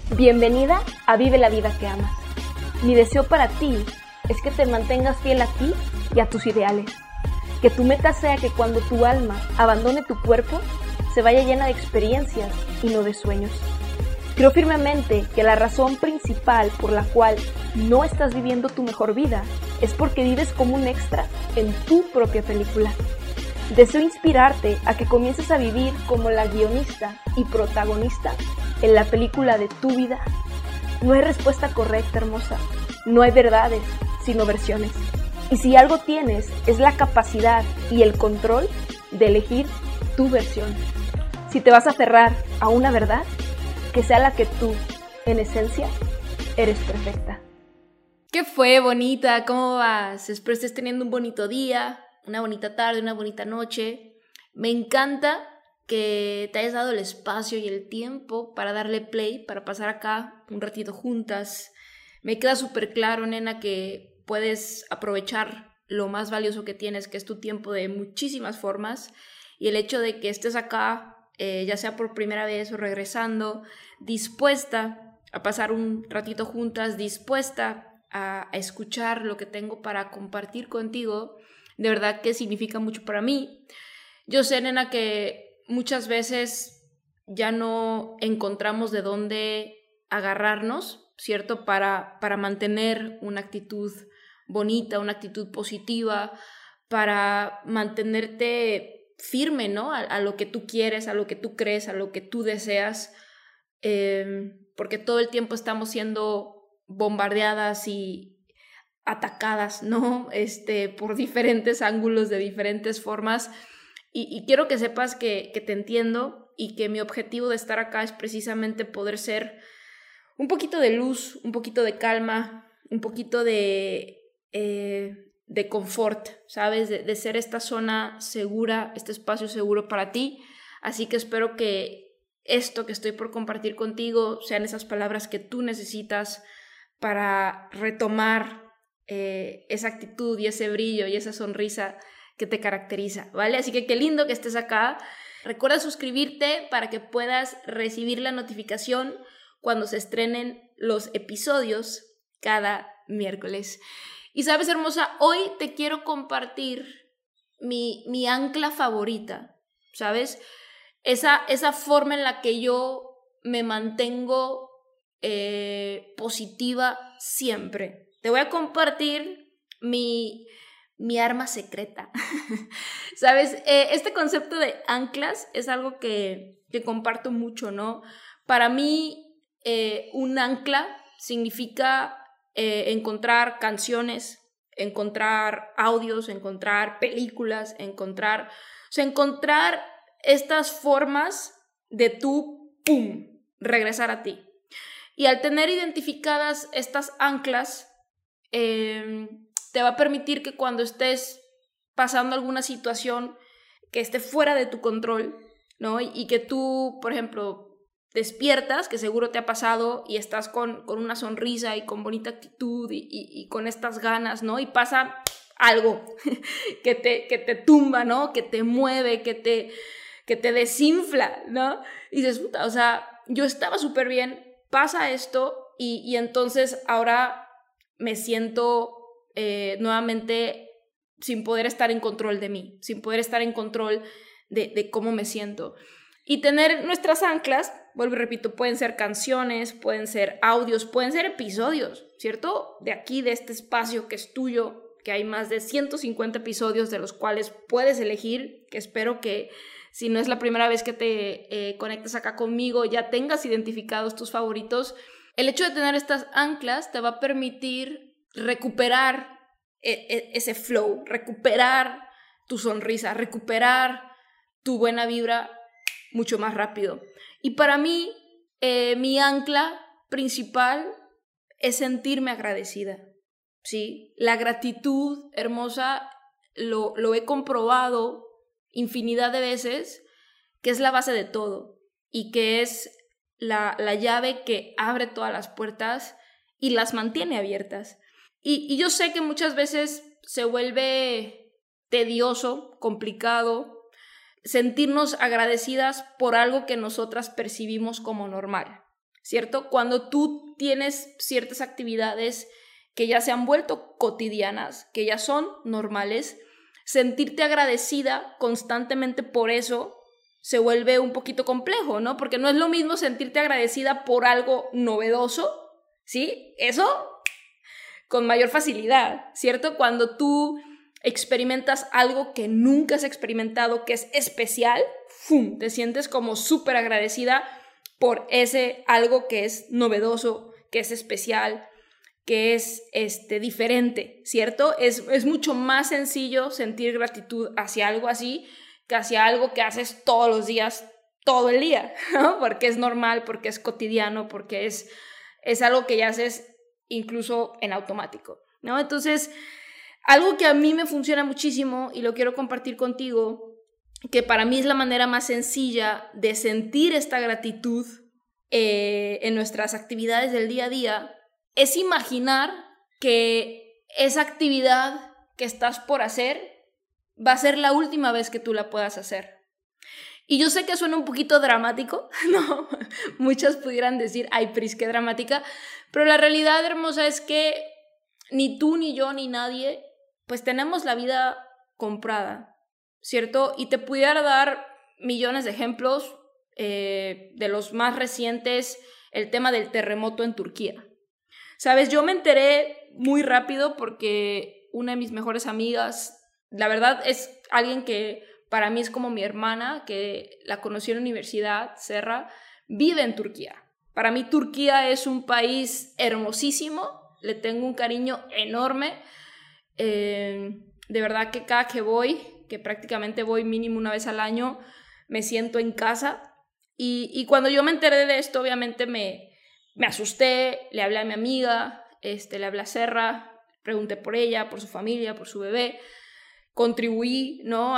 Bienvenida a Vive la Vida que Amas. Mi deseo para ti es que te mantengas fiel a ti y a tus ideales. Que tu meta sea que cuando tu alma abandone tu cuerpo, se vaya llena de experiencias y no de sueños. Creo firmemente que la razón principal por la cual no estás viviendo tu mejor vida es porque vives como un extra en tu propia película. Deseo inspirarte a que comiences a vivir como la guionista y protagonista en la película de tu vida. No hay respuesta correcta, hermosa. No hay verdades, sino versiones. Y si algo tienes, es la capacidad y el control de elegir tu versión. Si te vas a aferrar a una verdad, que sea la que tú, en esencia, eres perfecta. ¿Qué fue, bonita? ¿Cómo vas? Espero estés teniendo un bonito día, una bonita tarde, una bonita noche. Me encanta que te hayas dado el espacio y el tiempo para darle play, para pasar acá un ratito juntas. Me queda súper claro, nena, que puedes aprovechar lo más valioso que tienes, que es tu tiempo, de muchísimas formas. Y el hecho de que estés acá, ya sea por primera vez o regresando, dispuesta a pasar un ratito juntas, dispuesta a escuchar lo que tengo para compartir contigo, de verdad que significa mucho para mí. Yo sé, nena, que muchas veces ya no encontramos de dónde agarrarnos, ¿cierto? Para mantener una actitud bonita, una actitud positiva, para mantenerte firme, ¿no? A lo que tú quieres, a lo que tú crees, a lo que tú deseas, porque todo el tiempo estamos siendo bombardeadas y atacadas, ¿no? Por diferentes ángulos, de diferentes formas, y quiero que sepas que te entiendo y que mi objetivo de estar acá es precisamente poder ser un poquito de luz, un poquito de calma, un poquito de confort, ¿sabes? De ser esta zona segura, este espacio seguro para ti. Así que espero que esto que estoy por compartir contigo sean esas palabras que tú necesitas para retomar esa actitud y ese brillo y esa sonrisa que te caracteriza, ¿vale? Así que qué lindo que estés acá. Recuerda suscribirte para que puedas recibir la notificación cuando se estrenen los episodios cada miércoles. Y sabes, hermosa, hoy te quiero compartir mi ancla favorita, ¿sabes? Esa forma en la que yo me mantengo positiva siempre. Te voy a compartir mi arma secreta. ¿Sabes? Este concepto de anclas es algo que comparto mucho, ¿no? Para mí, un ancla significa encontrar canciones, encontrar audios, encontrar películas, encontrar estas formas de tú, ¡pum!, regresar a ti. Y al tener identificadas estas anclas, te va a permitir que cuando estés pasando alguna situación que esté fuera de tu control, ¿no? Y que tú, por ejemplo, despiertas, que seguro te ha pasado, y estás con una sonrisa y con bonita actitud y con estas ganas, ¿no? Y pasa algo que te tumba, ¿no? Que te mueve, que te desinfla, ¿no? Y dices, puta, o sea, yo estaba súper bien, pasa esto y entonces ahora me siento nuevamente sin poder estar en control de mí, sin poder estar en control de cómo me siento. Y tener nuestras anclas, vuelvo y repito, pueden ser canciones, pueden ser audios, pueden ser episodios, ¿cierto? De aquí, de este espacio que es tuyo, que hay más de 150 episodios de los cuales puedes elegir, que espero que si no es la primera vez que te conectas acá conmigo, ya tengas identificados tus favoritos. El hecho de tener estas anclas te va a permitir recuperar ese flow, recuperar tu sonrisa, recuperar tu buena vibra mucho más rápido. Y para mí, mi ancla principal es sentirme agradecida, ¿sí? La gratitud, hermosa, lo he comprobado infinidad de veces, que es la base de todo y que es la llave que abre todas las puertas y las mantiene abiertas. Y yo sé que muchas veces se vuelve tedioso, complicado, sentirnos agradecidas por algo que nosotras percibimos como normal, ¿cierto? Cuando tú tienes ciertas actividades que ya se han vuelto cotidianas, que ya son normales, sentirte agradecida constantemente por eso se vuelve un poquito complejo, ¿no? Porque no es lo mismo sentirte agradecida por algo novedoso, ¿sí? Eso con mayor facilidad, ¿cierto? Cuando tú experimentas algo que nunca has experimentado, que es especial, ¡fum!, te sientes como súper agradecida por ese algo que es novedoso, que es especial, que es diferente, ¿cierto? Es mucho más sencillo sentir gratitud hacia algo así que hacia algo que haces todos los días, todo el día, ¿no? Porque es normal, porque es cotidiano, porque es algo que ya haces incluso en automático, ¿no? Entonces, algo que a mí me funciona muchísimo y lo quiero compartir contigo, que para mí es la manera más sencilla de sentir esta gratitud en nuestras actividades del día a día, es imaginar que esa actividad que estás por hacer va a ser la última vez que tú la puedas hacer. Y yo sé que suena un poquito dramático, ¿no? Muchos pudieran decir, ay, Pris, qué dramática, pero la realidad, hermosa, es que ni tú, ni yo, ni nadie, pues tenemos la vida comprada, ¿cierto? Y te pudiera dar millones de ejemplos, de los más recientes, el tema del terremoto en Turquía. ¿Sabes? Yo me enteré muy rápido porque una de mis mejores amigas, la verdad es alguien que para mí es como mi hermana, que la conocí en la universidad, Serra, vive en Turquía. Para mí Turquía es un país hermosísimo, le tengo un cariño enorme. De verdad que cada que voy, que prácticamente voy mínimo una vez al año, me siento en casa. Y cuando yo me enteré de esto, obviamente me asusté, le hablé a mi amiga, le hablé a Serra, pregunté por ella, por su familia, por su bebé. Contribuí, ¿no?,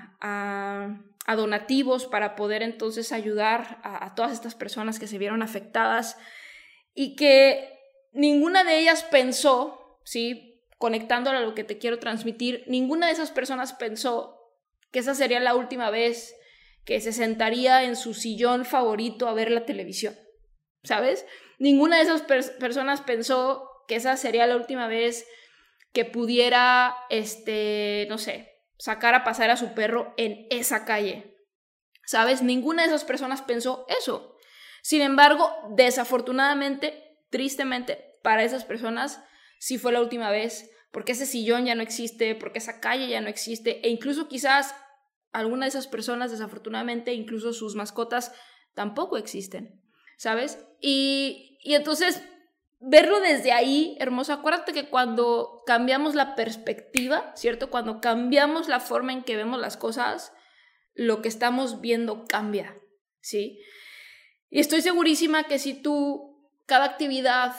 a donativos para poder entonces ayudar a todas estas personas que se vieron afectadas y que ninguna de ellas pensó, ¿sí?, conectándola a lo que te quiero transmitir, ninguna de esas personas pensó que esa sería la última vez que se sentaría en su sillón favorito a ver la televisión, ¿sabes? Ninguna de esas personas pensó que esa sería la última vez que pudiera, no sé, sacar a pasear a su perro en esa calle, ¿sabes? Ninguna de esas personas pensó eso. Sin embargo, desafortunadamente, tristemente, para esas personas sí fue la última vez, porque ese sillón ya no existe, porque esa calle ya no existe, e incluso quizás alguna de esas personas, desafortunadamente, incluso sus mascotas tampoco existen, ¿sabes? Y entonces, verlo desde ahí, hermosa, acuérdate que cuando cambiamos la perspectiva, ¿cierto? Cuando cambiamos la forma en que vemos las cosas, lo que estamos viendo cambia, ¿sí? Y estoy segurísima que si tú, cada actividad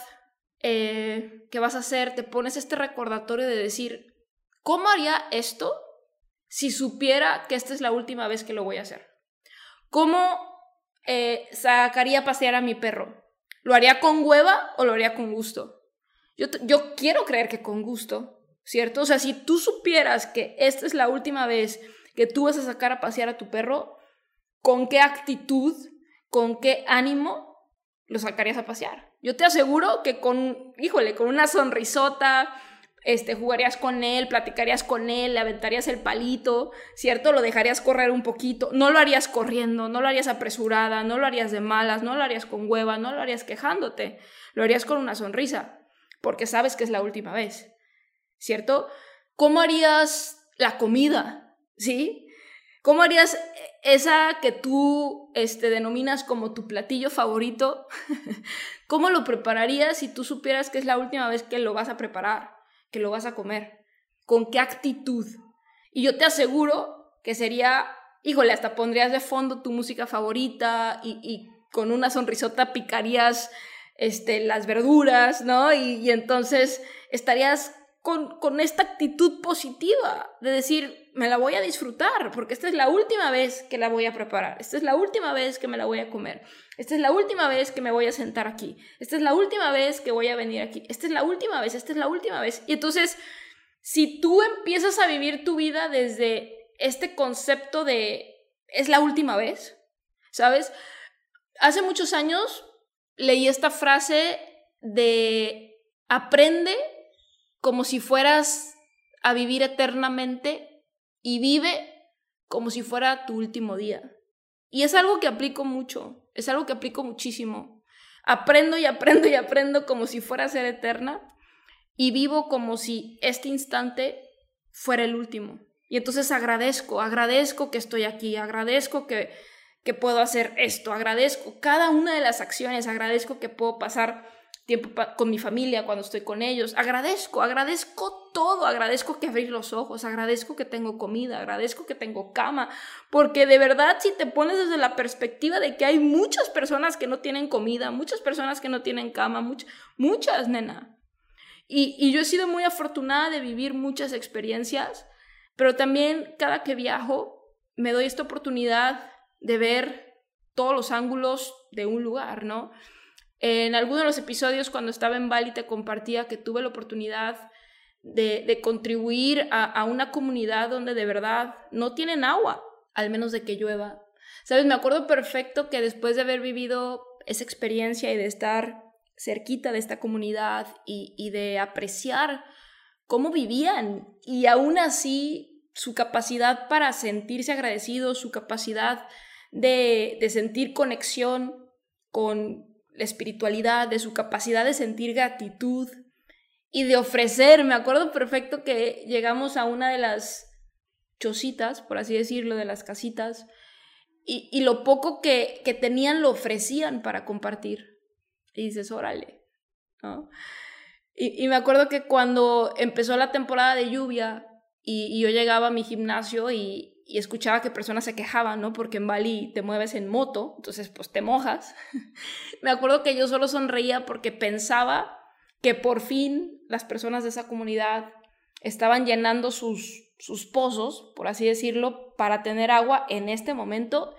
que vas a hacer, te pones este recordatorio de decir, ¿cómo haría esto si supiera que esta es la última vez que lo voy a hacer? ¿Cómo sacaría a pasear a mi perro? ¿Lo haría con hueva o lo haría con gusto? Yo quiero creer que con gusto, ¿cierto? O sea, si tú supieras que esta es la última vez que tú vas a sacar a pasear a tu perro, ¿con qué actitud, con qué ánimo lo sacarías a pasear? Yo te aseguro que con una sonrisota, jugarías con él, platicarías con él, le aventarías el palito, ¿cierto? Lo dejarías correr un poquito, no lo harías corriendo, no lo harías apresurada, no lo harías de malas, no lo harías con hueva, no lo harías quejándote, lo harías con una sonrisa, porque sabes que es la última vez, ¿cierto? ¿Cómo harías la comida? ¿Sí? ¿Cómo harías esa que tú denominas como tu platillo favorito? ¿Cómo lo prepararías si tú supieras que es la última vez que lo vas a preparar, que lo vas a comer? ¿Con qué actitud? Y yo te aseguro que sería, hasta pondrías de fondo tu música favorita y con una sonrisota picarías las verduras, ¿no? Y entonces estarías con esta actitud positiva de decir, me la voy a disfrutar porque esta es la última vez que la voy a preparar, esta es la última vez que me la voy a comer, esta es la última vez que me voy a sentar aquí, esta es la última vez que voy a venir aquí, esta es la última vez, esta es la última vez. Y entonces, si tú empiezas a vivir tu vida desde este concepto de es la última vez, ¿sabes? Hace muchos años leí esta frase de aprende como si fueras a vivir eternamente y vive como si fuera tu último día. Y es algo que aplico mucho, es algo que aplico muchísimo. Aprendo y aprendo y aprendo como si fuera a ser eterna y vivo como si este instante fuera el último. Y entonces agradezco que estoy aquí, agradezco que puedo hacer esto, agradezco cada una de las acciones, agradezco que puedo pasar tiempo con mi familia cuando estoy con ellos, agradezco todo, agradezco que abrir los ojos, agradezco que tengo comida, agradezco que tengo cama, porque de verdad si te pones desde la perspectiva de que hay muchas personas que no tienen comida, muchas personas que no tienen cama, muchas, nena. Y yo he sido muy afortunada de vivir muchas experiencias, pero también cada que viajo me doy esta oportunidad de ver todos los ángulos de un lugar, ¿no? En algunos de los episodios cuando estaba en Bali te compartía que tuve la oportunidad de contribuir a una comunidad donde de verdad no tienen agua, al menos de que llueva. ¿Sabes? Me acuerdo perfecto que después de haber vivido esa experiencia y de estar cerquita de esta comunidad y de apreciar cómo vivían y aún así su capacidad para sentirse agradecidos, su capacidad de sentir conexión con la espiritualidad, de su capacidad de sentir gratitud y de ofrecer. Me acuerdo perfecto que llegamos a una de las chocitas, por así decirlo, de las casitas, y lo poco que tenían lo ofrecían para compartir. Y dices, órale, ¿no? Y me acuerdo que cuando empezó la temporada de lluvia y yo llegaba a mi gimnasio y escuchaba que personas se quejaban, ¿no? Porque en Bali te mueves en moto, entonces pues te mojas. Me acuerdo que yo solo sonreía porque pensaba que por fin las personas de esa comunidad estaban llenando sus pozos, por así decirlo, para tener agua en este momento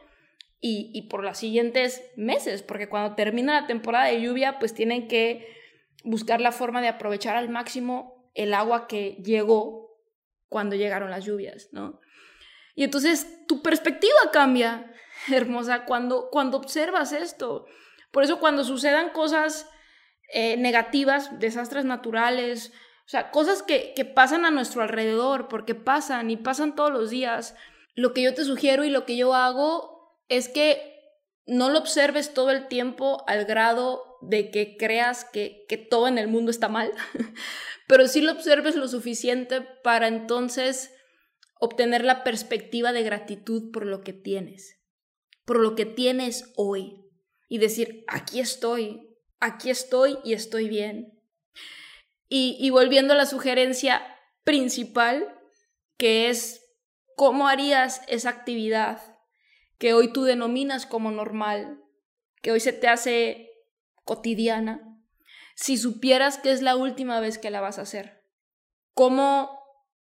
y por los siguientes meses, porque cuando termina la temporada de lluvia, pues tienen que buscar la forma de aprovechar al máximo el agua que llegó cuando llegaron las lluvias, ¿no? Y entonces tu perspectiva cambia, hermosa, cuando observas esto. Por eso cuando sucedan cosas negativas, desastres naturales, o sea, cosas que pasan a nuestro alrededor, porque pasan y pasan todos los días, lo que yo te sugiero y lo que yo hago es que no lo observes todo el tiempo al grado de que creas que todo en el mundo está mal, pero sí lo observes lo suficiente para entonces obtener la perspectiva de gratitud por lo que tienes hoy y decir, aquí estoy y estoy bien. Y volviendo a la sugerencia principal, que es cómo harías esa actividad que hoy tú denominas como normal, que hoy se te hace cotidiana, si supieras que es la última vez que la vas a hacer. ¿Cómo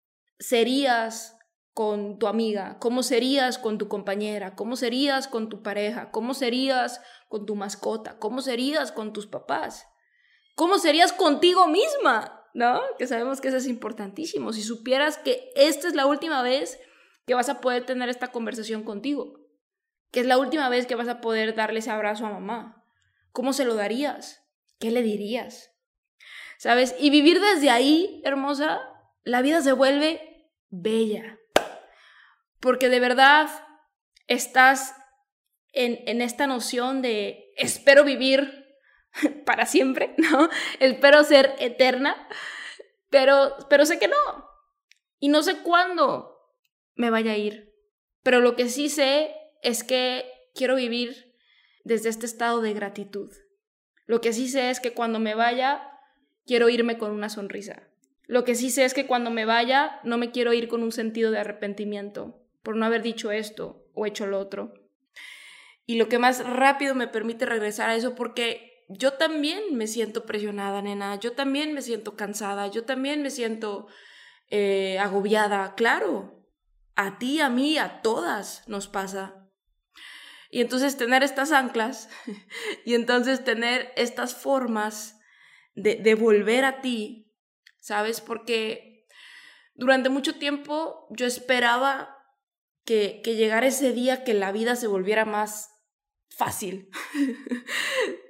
serías con tu amiga? ¿Cómo serías con tu compañera? ¿Cómo serías con tu pareja? ¿Cómo serías con tu mascota? ¿Cómo serías con tus papás? ¿Cómo serías contigo misma? ¿No? Que sabemos que eso es importantísimo. Si supieras que esta es la última vez que vas a poder tener esta conversación contigo, que es la última vez que vas a poder darle ese abrazo a mamá, ¿cómo se lo darías? ¿Qué le dirías? ¿Sabes? Y vivir desde ahí, hermosa, la vida se vuelve bella. Porque de verdad estás en esta noción de espero vivir para siempre, ¿no? Espero ser eterna, pero sé que no. Y no sé cuándo me vaya a ir. Pero lo que sí sé es que quiero vivir desde este estado de gratitud. Lo que sí sé es que cuando me vaya, quiero irme con una sonrisa. Lo que sí sé es que cuando me vaya, no me quiero ir con un sentido de arrepentimiento por no haber dicho esto o hecho lo otro. Y lo que más rápido me permite regresar a eso, porque yo también me siento presionada, nena. Yo también me siento cansada. Yo también me siento agobiada. Claro, a ti, a mí, a todas nos pasa. Y entonces tener estas anclas y entonces tener estas formas de volver a ti, ¿sabes? Porque durante mucho tiempo yo esperaba que llegara ese día que la vida se volviera más fácil.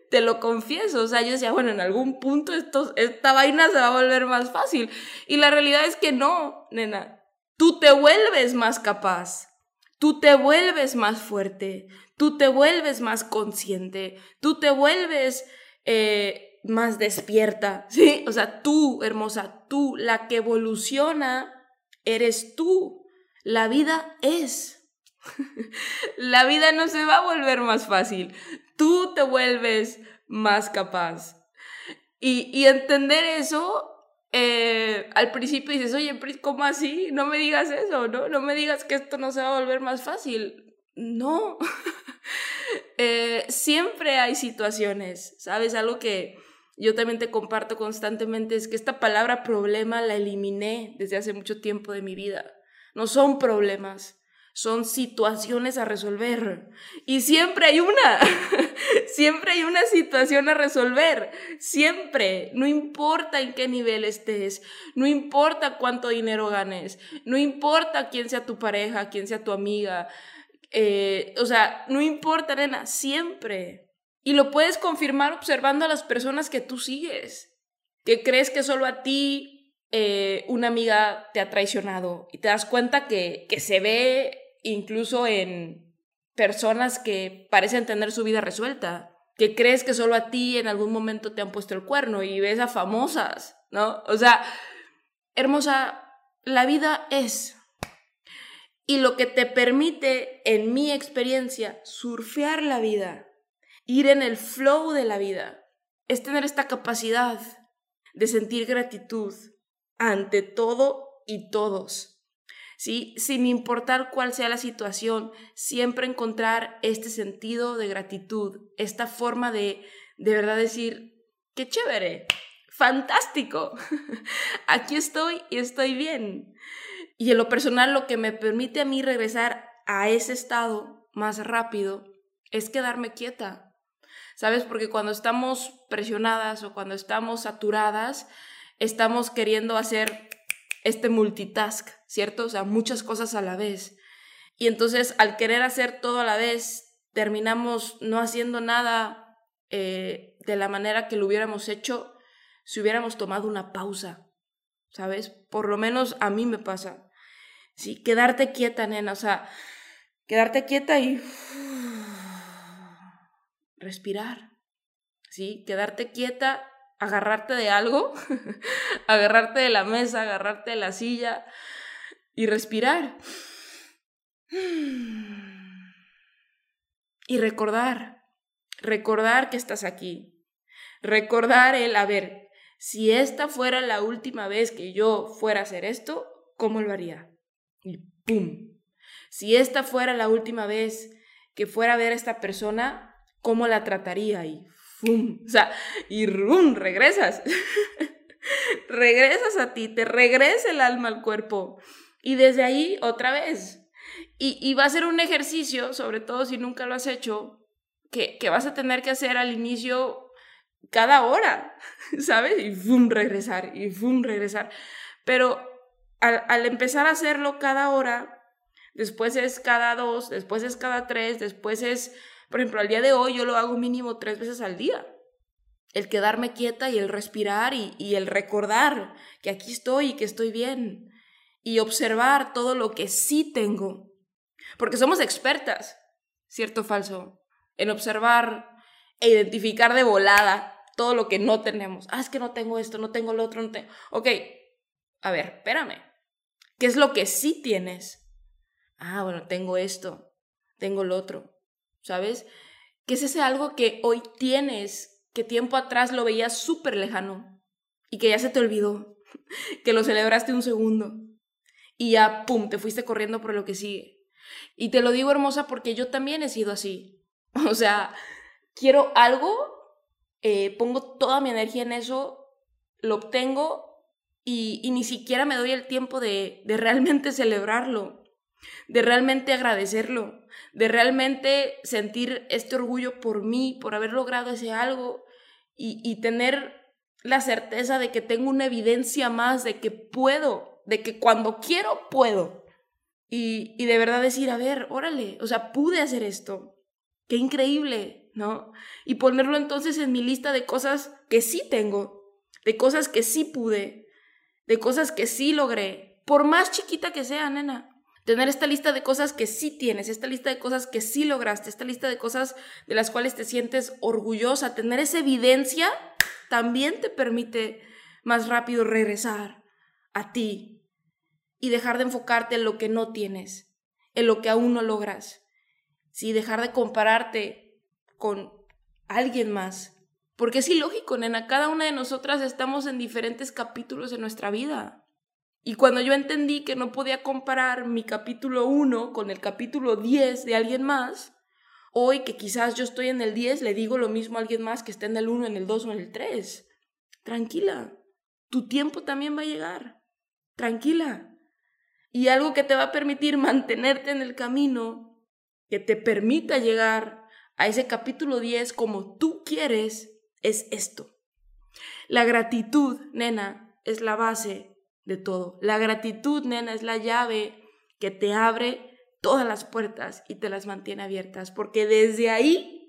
te lo confieso. O sea, yo decía, bueno, en algún punto esta vaina se va a volver más fácil. Y la realidad es que no, nena. Tú te vuelves más capaz. Tú te vuelves más fuerte. Tú te vuelves más consciente. Tú te vuelves más despierta, ¿sí? O sea, tú, hermosa, tú, la que evoluciona, eres tú. La vida es. La vida no se va a volver más fácil. Tú te vuelves más capaz. Y entender eso, al principio dices, oye, ¿cómo así? No me digas eso, ¿no? No me digas que esto no se va a volver más fácil. No. Siempre hay situaciones, ¿sabes? Algo que yo también te comparto constantemente es que esta palabra problema la eliminé desde hace mucho tiempo de mi vida. No son problemas, son situaciones a resolver. Y siempre hay una, siempre hay una situación a resolver, siempre. No importa en qué nivel estés, no importa cuánto dinero ganes, no importa quién sea tu pareja, quién sea tu amiga, o sea, no importa, nena, siempre. Y lo puedes confirmar observando a las personas que tú sigues, que crees que solo a ti una amiga te ha traicionado y te das cuenta que se ve incluso en personas que parecen tener su vida resuelta, que crees que solo a ti en algún momento te han puesto el cuerno y ves a famosas, ¿no? O sea, hermosa, la vida es. Y lo que te permite, en mi experiencia, surfear la vida, ir en el flow de la vida, es tener esta capacidad de sentir gratitud ante todo y todos, ¿sí? Sin importar cuál sea la situación, siempre encontrar este sentido de gratitud, esta forma de verdad decir, ¡qué chévere! ¡Fantástico! Aquí estoy y estoy bien. Y en lo personal, lo que me permite a mí regresar a ese estado más rápido es quedarme quieta, ¿sabes? Porque cuando estamos presionadas o cuando estamos saturadas, estamos queriendo hacer este multitask, ¿cierto? O sea, muchas cosas a la vez. Y entonces, al querer hacer todo a la vez, terminamos no haciendo nada de la manera que lo hubiéramos hecho si hubiéramos tomado una pausa, ¿sabes? Por lo menos a mí me pasa. Sí, quedarte quieta, nena, o sea, quedarte quieta y respirar, ¿sí? Quedarte quieta, agarrarte de algo, agarrarte de la mesa, agarrarte de la silla y respirar. Y recordar que estás aquí. Recordar a ver, si esta fuera la última vez que yo fuera a hacer esto, ¿cómo lo haría? Y ¡pum! Si esta fuera la última vez que fuera a ver a esta persona, ¿cómo la trataría? Y ¡pum! O sea, y ¡rum! Regresas. Regresas a ti, te regresa el alma al cuerpo. Y desde ahí, otra vez. Y va a ser un ejercicio, sobre todo si nunca lo has hecho, que vas a tener que hacer al inicio cada hora, ¿sabes? Y ¡pum! Regresar, y ¡pum! Regresar. Pero al empezar a hacerlo cada hora, después es cada 2, después es cada 3, después es, por ejemplo, al día de hoy yo lo hago mínimo 3 veces al día. El quedarme quieta y el respirar y el recordar que aquí estoy y que estoy bien. Y observar todo lo que sí tengo. Porque somos expertas, ¿cierto o falso? En observar e identificar de volada todo lo que no tenemos. Es que no tengo esto, no tengo lo otro, no tengo... Ok, a ver, espérame. ¿Qué es lo que sí tienes? Bueno, tengo esto, tengo lo otro, ¿sabes? ¿Qué es ese algo que hoy tienes, que tiempo atrás lo veías súper lejano y que ya se te olvidó, que lo celebraste un segundo y ya, pum, te fuiste corriendo por lo que sigue? Y te lo digo, hermosa, porque yo también he sido así. O sea, quiero algo, pongo toda mi energía en eso, lo obtengo y ni siquiera me doy el tiempo de realmente celebrarlo, de realmente agradecerlo, de realmente sentir este orgullo por mí, por haber logrado ese algo y tener la certeza de que tengo una evidencia más de que puedo, de que cuando quiero puedo. Y de verdad decir, a ver, órale, o sea, pude hacer esto. Qué increíble, ¿no? Y ponerlo entonces en mi lista de cosas que sí tengo, de cosas que sí pude, de cosas que sí logré, por más chiquita que sea, nena. Tener esta lista de cosas que sí tienes, esta lista de cosas que sí lograste, esta lista de cosas de las cuales te sientes orgullosa, tener esa evidencia también te permite más rápido regresar a ti y dejar de enfocarte en lo que no tienes, en lo que aún no logras. Sí, dejar de compararte con alguien más. Porque es ilógico, nena, cada una de nosotras estamos en diferentes capítulos de nuestra vida. Y cuando yo entendí que no podía comparar mi capítulo 1 con el capítulo 10 de alguien más, hoy que quizás yo estoy en el 10, le digo lo mismo a alguien más que está en el 1, en el 2 o en el 3. Tranquila, tu tiempo también va a llegar. Tranquila. Y algo que te va a permitir mantenerte en el camino, que te permita llegar a ese capítulo 10 como tú quieres, es esto. La gratitud, nena, es la base de todo. La gratitud, nena, es la llave que te abre todas las puertas y te las mantiene abiertas, porque desde ahí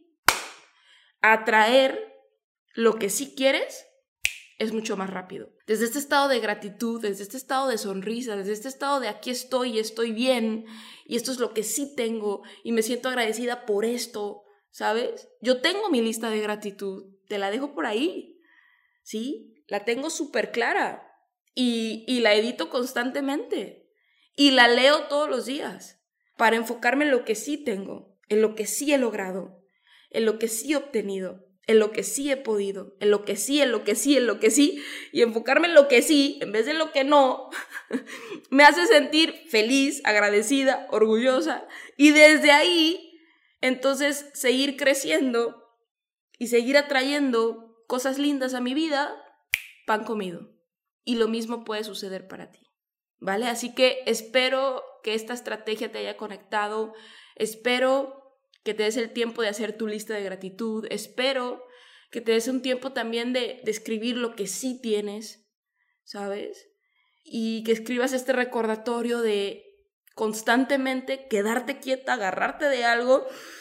atraer lo que sí quieres es mucho más rápido. Desde este estado de gratitud, desde este estado de sonrisa, desde este estado de aquí estoy y estoy bien y esto es lo que sí tengo y me siento agradecida por esto, ¿sabes? Yo tengo mi lista de gratitud, te la dejo por ahí, ¿sí? La tengo súper clara. Y la edito constantemente y la leo todos los días para enfocarme en lo que sí tengo, en lo que sí he logrado, en lo que sí he obtenido, en lo que sí he podido, en lo que sí, en lo que sí, en lo que sí, y enfocarme en lo que sí en vez de lo que no me hace sentir feliz, agradecida, orgullosa, y desde ahí entonces seguir creciendo y seguir atrayendo cosas lindas a mi vida, pan comido. Y lo mismo puede suceder para ti, ¿vale? Así que espero que esta estrategia te haya conectado, espero que te des el tiempo de hacer tu lista de gratitud, espero que te des un tiempo también de escribir lo que sí tienes, ¿sabes? Y que escribas este recordatorio de constantemente quedarte quieta, agarrarte de algo,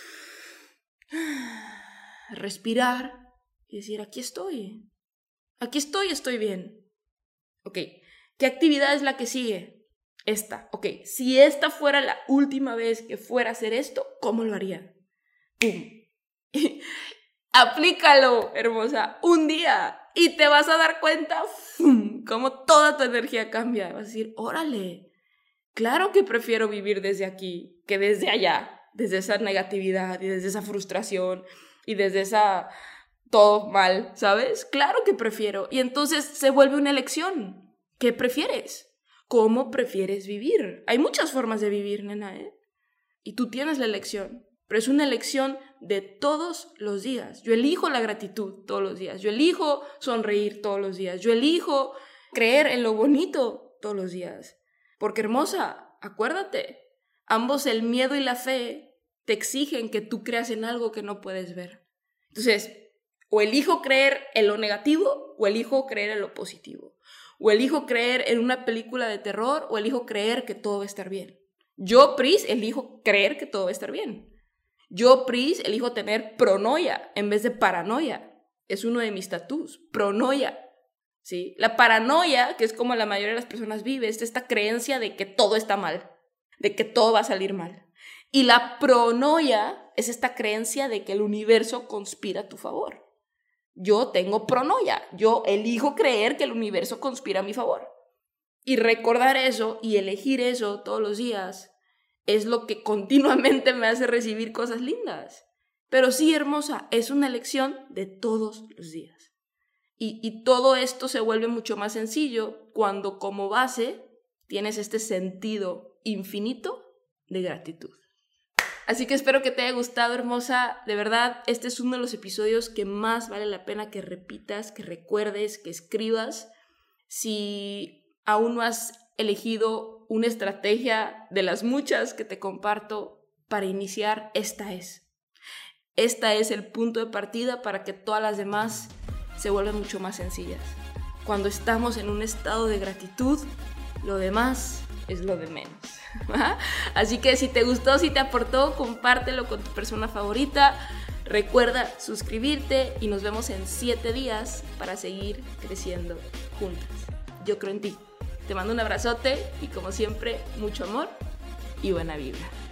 respirar y decir, aquí estoy, estoy bien. Ok, ¿qué actividad es la que sigue? Esta. Ok, si esta fuera la última vez que fuera a hacer esto, ¿cómo lo haría? ¡Pum! Aplícalo, hermosa, un día y te vas a dar cuenta ¡fum!, cómo toda tu energía cambia. Vas a decir, órale, claro que prefiero vivir desde aquí que desde allá, desde esa negatividad y desde esa frustración y desde esa... todo mal, ¿sabes? Claro que prefiero. Y entonces se vuelve una elección. ¿Qué prefieres? ¿Cómo prefieres vivir? Hay muchas formas de vivir, nena, ¿eh? Y tú tienes la elección. Pero es una elección de todos los días. Yo elijo la gratitud todos los días. Yo elijo sonreír todos los días. Yo elijo creer en lo bonito todos los días. Porque, hermosa, acuérdate, ambos el miedo y la fe te exigen que tú creas en algo que no puedes ver. Entonces, o elijo creer en lo negativo o elijo creer en lo positivo. O elijo creer en una película de terror o elijo creer que todo va a estar bien. Yo, Pris, elijo creer que todo va a estar bien. Yo, Pris, elijo tener pronoia en vez de paranoia. Es uno de mis tatús, pronoia. ¿Sí? La paranoia, que es como la mayoría de las personas vive, es esta creencia de que todo está mal, de que todo va a salir mal. Y la pronoia es esta creencia de que el universo conspira a tu favor. Yo tengo pronoia, yo elijo creer que el universo conspira a mi favor. Y recordar eso y elegir eso todos los días es lo que continuamente me hace recibir cosas lindas. Pero sí, hermosa, es una elección de todos los días. Y todo esto se vuelve mucho más sencillo cuando como base tienes este sentido infinito de gratitud. Así que espero que te haya gustado, hermosa. De verdad, este es uno de los episodios que más vale la pena que repitas, que recuerdes, que escribas. Si aún no has elegido una estrategia de las muchas que te comparto para iniciar, esta es. Esta es el punto de partida para que todas las demás se vuelvan mucho más sencillas. Cuando estamos en un estado de gratitud, lo demás es lo de menos. Así que si te gustó, si te aportó, compártelo con tu persona favorita. Recuerda suscribirte y nos vemos en 7 días para seguir creciendo juntas. Yo creo en ti. Te mando un abrazote y como siempre, mucho amor y buena vibra.